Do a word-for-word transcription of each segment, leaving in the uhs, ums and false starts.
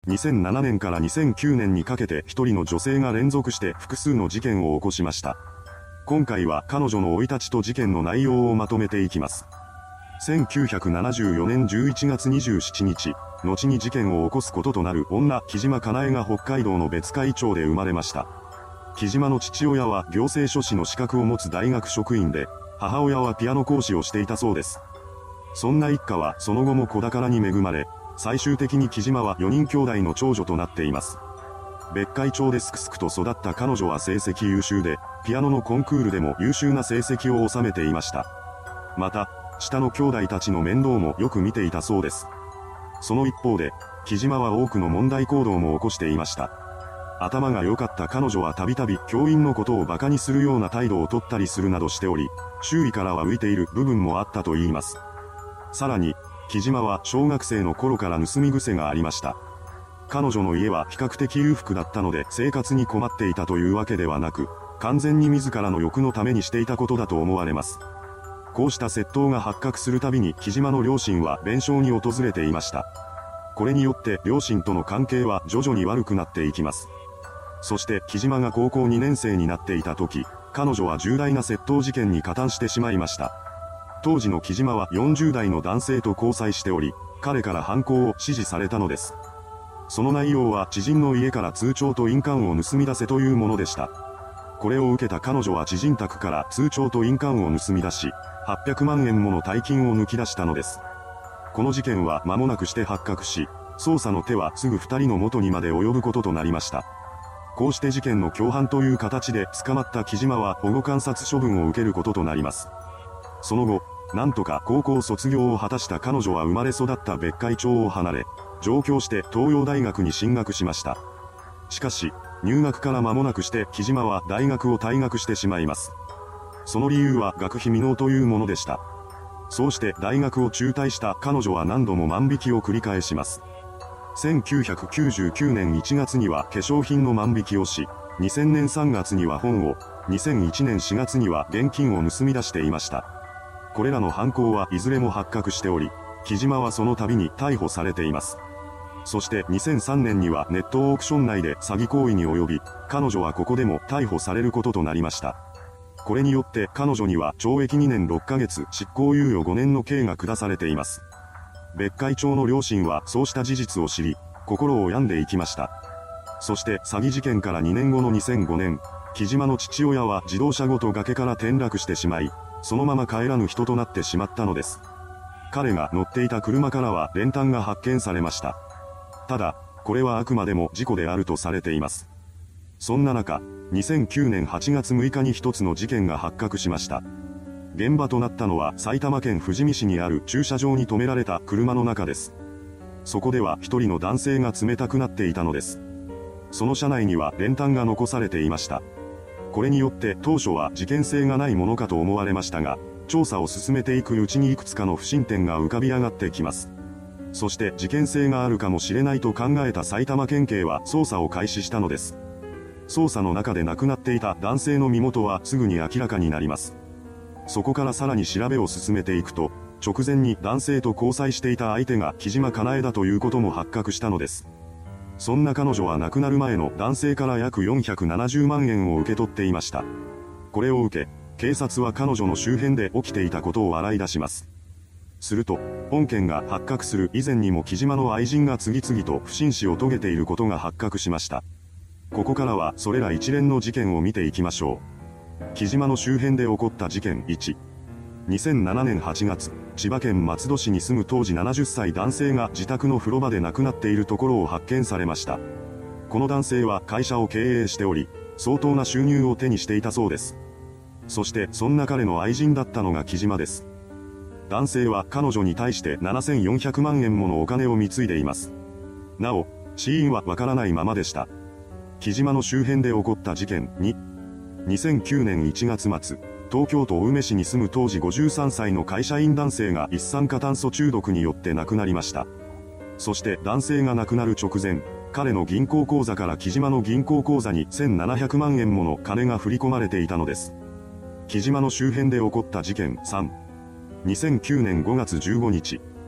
にせんななねんからにせんきゅうねんにかけて一人の女性が連続して複数の事件を起こしました。今回は彼女の生い立ちと事件の内容をまとめていきます。せんきゅうひゃくななじゅうよねんじゅういちがつにじゅうしちにち、後に事件を起こすこととなる女、木島かなえが北海道の別海町で生まれました。木島の父親は行政書士の資格を持つ大学職員で、母親はピアノ講師をしていたそうです。そんな一家はその後も子宝に恵まれ、最終的に木島はよにん兄弟の長女となっています。別海町ですくすくと育った彼女は成績優秀で、ピアノのコンクールでも優秀な成績を収めていました。また、下の兄弟たちの面倒もよく見ていたそうです。その一方で、木島は多くの問題行動も起こしていました。頭が良かった彼女はたびたび教員のことを馬鹿にするような態度をとったりするなどしており、周囲からは浮いている部分もあったといいます。さらに、木島は小学生の頃から盗み癖がありました。彼女の家は比較的裕福だったので生活に困っていたというわけではなく、完全に自らの欲のためにしていたことだと思われます。こうした窃盗が発覚するたびに木島の両親は弁償に訪れていました。これによって両親との関係は徐々に悪くなっていきます。そして木島が高校にねんせいになっていた時、彼女は重大な窃盗事件に加担してしまいました。当時の木島はよんじゅうだいの男性と交際しており、彼から犯行を指示されたのです。その内容は知人の家から通帳と印鑑を盗み出せというものでした。これを受けた彼女は知人宅から通帳と印鑑を盗み出し、はっぴゃくまんえんもの大金を抜き出したのです。この事件は間もなくして発覚し、捜査の手はすぐ二人の元にまで及ぶこととなりました。こうして事件の共犯という形で捕まった木島は保護観察処分を受けることとなります。その後、なんとか高校卒業を果たした彼女は生まれ育った別海町を離れ、上京して東洋大学に進学しました。しかし、入学から間もなくして木島は大学を退学してしまいます。その理由は学費未納というものでした。そうして大学を中退した彼女は何度も万引きを繰り返します。せんきゅうひゃくきゅうじゅうきゅうねんいちがつには化粧品の万引きをし、にせんねんさんがつには本を、にせんいちねんしがつには現金を盗み出していました。これらの犯行はいずれも発覚しており、木島はその度に逮捕されています。そしてにせんさんねんにはネットオークション内で詐欺行為に及び、彼女はここでも逮捕されることとなりました。これによって彼女には懲役にねんろっかげつ執行猶予ごねんの刑が下されています。別海町の両親はそうした事実を知り、心を病んでいきました。そして詐欺事件からにねんごのにせんごねん、木島の父親は自動車ごと崖から転落してしまい、そのまま帰らぬ人となってしまったのです。彼が乗っていた車からは練炭が発見されました。ただ、これはあくまでも事故であるとされています。そんな中、にせんきゅうねんはちがつむいかに一つの事件が発覚しました。現場となったのは埼玉県富士見市にある駐車場に止められた車の中です。そこでは一人の男性が冷たくなっていたのです。その車内には練炭が残されていました。これによって当初は事件性がないものかと思われましたが、調査を進めていくうちにいくつかの不審点が浮かび上がってきます。そして事件性があるかもしれないと考えた埼玉県警は捜査を開始したのです。捜査の中で亡くなっていた男性の身元はすぐに明らかになります。そこからさらに調べを進めていくと、直前に男性と交際していた相手が木島かなえだということも発覚したのです。そんな彼女は亡くなる前の男性から約よんひゃくななじゅうまんえんを受け取っていました。これを受け、警察は彼女の周辺で起きていたことを洗い出します。すると、本件が発覚する以前にも木島の愛人が次々と不審死を遂げていることが発覚しました。ここからはそれら一連の事件を見ていきましょう。木島の周辺で起こった事件いち。にせんななねんはちがつ、千葉県松戸市に住む当時ななじゅっさい男性が自宅の風呂場で亡くなっているところを発見されました。この男性は会社を経営しており、相当な収入を手にしていたそうです。そしてそんな彼の愛人だったのが木島です。男性は彼女に対してななせんよんひゃくまんえんものお金を貢いでいます。なお、死因はわからないままでした。木島の周辺で起こった事件に、にせんきゅうねんいちがつまつ、東京都青梅市に住む当時ごじゅうさんさいの会社員男性が一酸化炭素中毒によって亡くなりました。そして男性が亡くなる直前、彼の銀行口座から木島の銀行口座にせんななひゃくまんえんもの金が振り込まれていたのです。木島の周辺で起こった事件さん。にせんきゅうねんごがつじゅうごにち、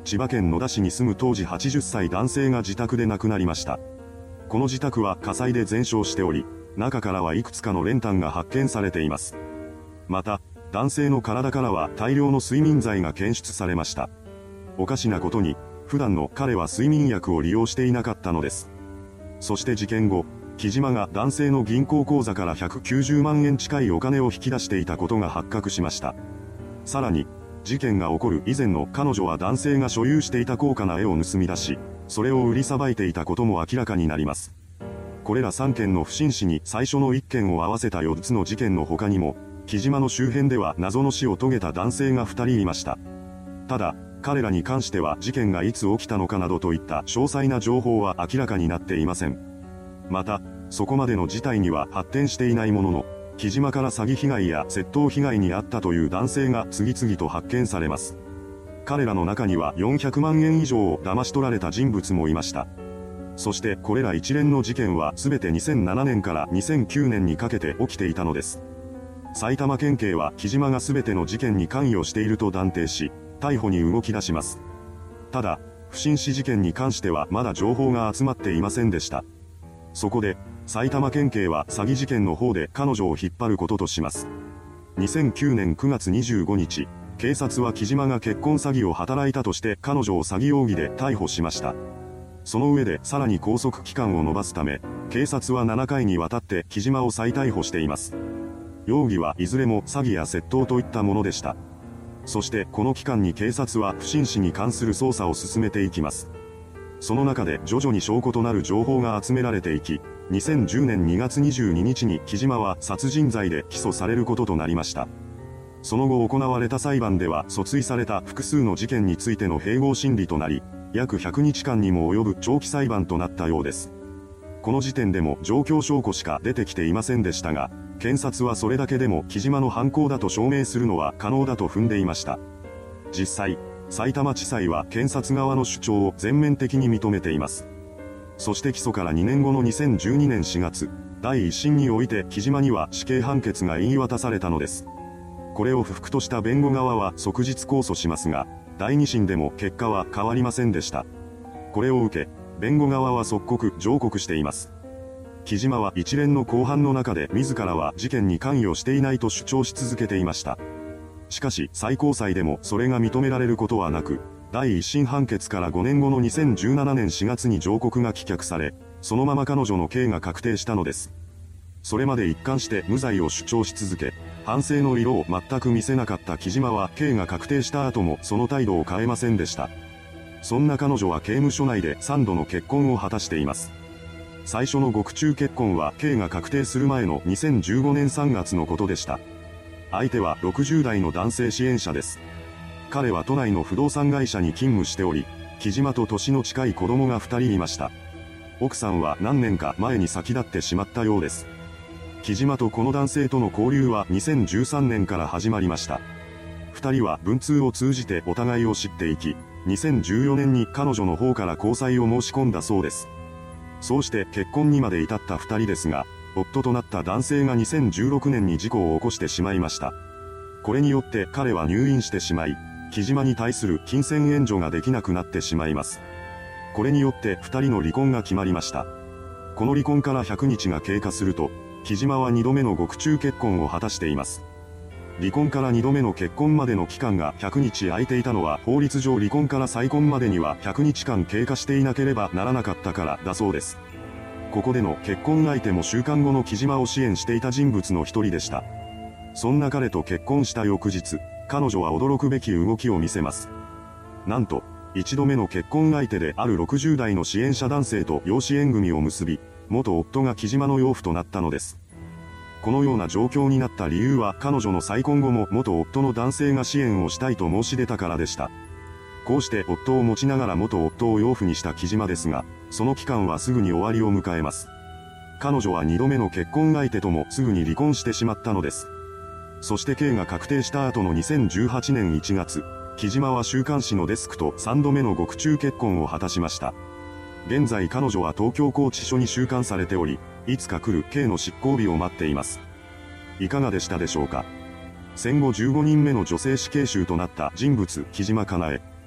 千葉県野田市に住む当時はちじゅっさい男性が自宅で亡くなりました。この自宅は火災で全焼しており、中からはいくつかの練炭が発見されています。また、男性の体からは大量の睡眠剤が検出されました。おかしなことに、普段の彼は睡眠薬を利用していなかったのです。そして事件後、木島が男性の銀行口座からひゃくきゅうじゅうまんえん近いお金を引き出していたことが発覚しました。さらに、事件が起こる以前の彼女は男性が所有していた高価な絵を盗み出し、それを売りさばいていたことも明らかになります。これらさんけんの不審死に最初のいっけんを合わせたよっつの事件の他にも、木島の周辺では謎の死を遂げた男性がふたりいました。ただ、彼らに関しては事件がいつ起きたのかなどといった詳細な情報は明らかになっていません。また、そこまでの事態には発展していないものの、木島から詐欺被害や窃盗被害に遭ったという男性が次々と発見されます。彼らの中にはよんひゃくまんえん以上を騙し取られた人物もいました。そしてこれら一連の事件はすべてにせんななねんからにせんきゅうねんにかけて起きていたのです。埼玉県警は木島がすべての事件に関与していると断定し、逮捕に動き出します。ただ、不審死事件に関してはまだ情報が集まっていませんでした。そこで、埼玉県警は詐欺事件の方で彼女を引っ張ることとします。にせんきゅうねんくがつにじゅうごにち、警察は木島が結婚詐欺を働いたとして彼女を詐欺容疑で逮捕しました。その上でさらに拘束期間を延ばすため、警察はななかいにわたって木島を再逮捕しています。容疑はいずれも詐欺や窃盗といったものでした。そしてこの期間に警察は不審死に関する捜査を進めていきます。その中で徐々に証拠となる情報が集められていき、にせんじゅうねんにがつにじゅうににちに木島は殺人罪で起訴されることとなりました。その後行われた裁判では訴追された複数の事件についての併合審理となり、約ひゃくにちかんにも及ぶ長期裁判となったようです。この時点でも状況証拠しか出てきていませんでしたが、検察はそれだけでも木島の犯行だと証明するのは可能だと踏んでいました。実際、さいたま地裁は検察側の主張を全面的に認めています。そして起訴からにねんごのにせんじゅうにねんしがつ、だいいっ審において木島には死刑判決が言い渡されたのです。これを不服とした弁護側は即日控訴しますが、だいに審でも結果は変わりませんでした。これを受け、弁護側は即刻上告しています。木島は一連の公判の中で自らは事件に関与していないと主張し続けていました。しかし最高裁でもそれが認められることはなく、だいいっ審判決からごねんごのにせんじゅうななねんしがつに上告が棄却され、そのまま彼女の刑が確定したのです。それまで一貫して無罪を主張し続け、反省の色を全く見せなかった木島は刑が確定した後もその態度を変えませんでした。そんな彼女は刑務所内でさんどの結婚を果たしています。最初の獄中結婚は刑が確定する前のにせんじゅうごねんさんがつのことでした。相手はろくじゅうだいの男性支援者です。彼は都内の不動産会社に勤務しており、木島と年の近い子供がふたりいました。奥さんは何年か前に先立ってしまったようです。木島とこの男性との交流はにせんじゅうさんねんから始まりました。二人は文通を通じてお互いを知っていき、にせんじゅうよねんに彼女の方から交際を申し込んだそうです。そうして結婚にまで至った二人ですが、夫となった男性がにせんじゅうろくねんに事故を起こしてしまいました。これによって彼は入院してしまい、木島に対する金銭援助ができなくなってしまいます。これによって二人の離婚が決まりました。この離婚からひゃくにちが経過すると、木島はにどめの獄中結婚を果たしています。離婚からにどめの結婚までの期間がひゃくにち空いていたのは法律上離婚から再婚までにはひゃくにちかん経過していなければならなかったからだそうです。ここでの結婚相手も週間後の木島を支援していた人物の一人でした。そんな彼と結婚した翌日、彼女は驚くべき動きを見せます。なんと、一度目の結婚相手であるろくじゅうだいの支援者男性と養子縁組を結び、元夫が木島の養父となったのです。このような状況になった理由は彼女の再婚後も元夫の男性が支援をしたいと申し出たからでした。こうして夫を持ちながら元夫を養父にした木島ですが、その期間はすぐに終わりを迎えます。彼女はにどめの結婚相手ともすぐに離婚してしまったのです。そして刑が確定した後のにせんじゅうはちねんいちがつ、木島は週刊誌のデスクとさんどめの獄中結婚を果たしました。現在彼女は東京拘置所に収監されており、いつか来る刑の執行日を待っています。いかがでしたでしょうか。戦後じゅうごにんめの女性死刑囚となった人物木島かなえ。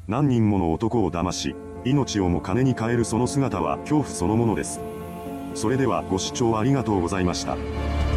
何人もの男を騙し、命をも金に換えるその姿は恐怖そのものです。それではご視聴ありがとうございました。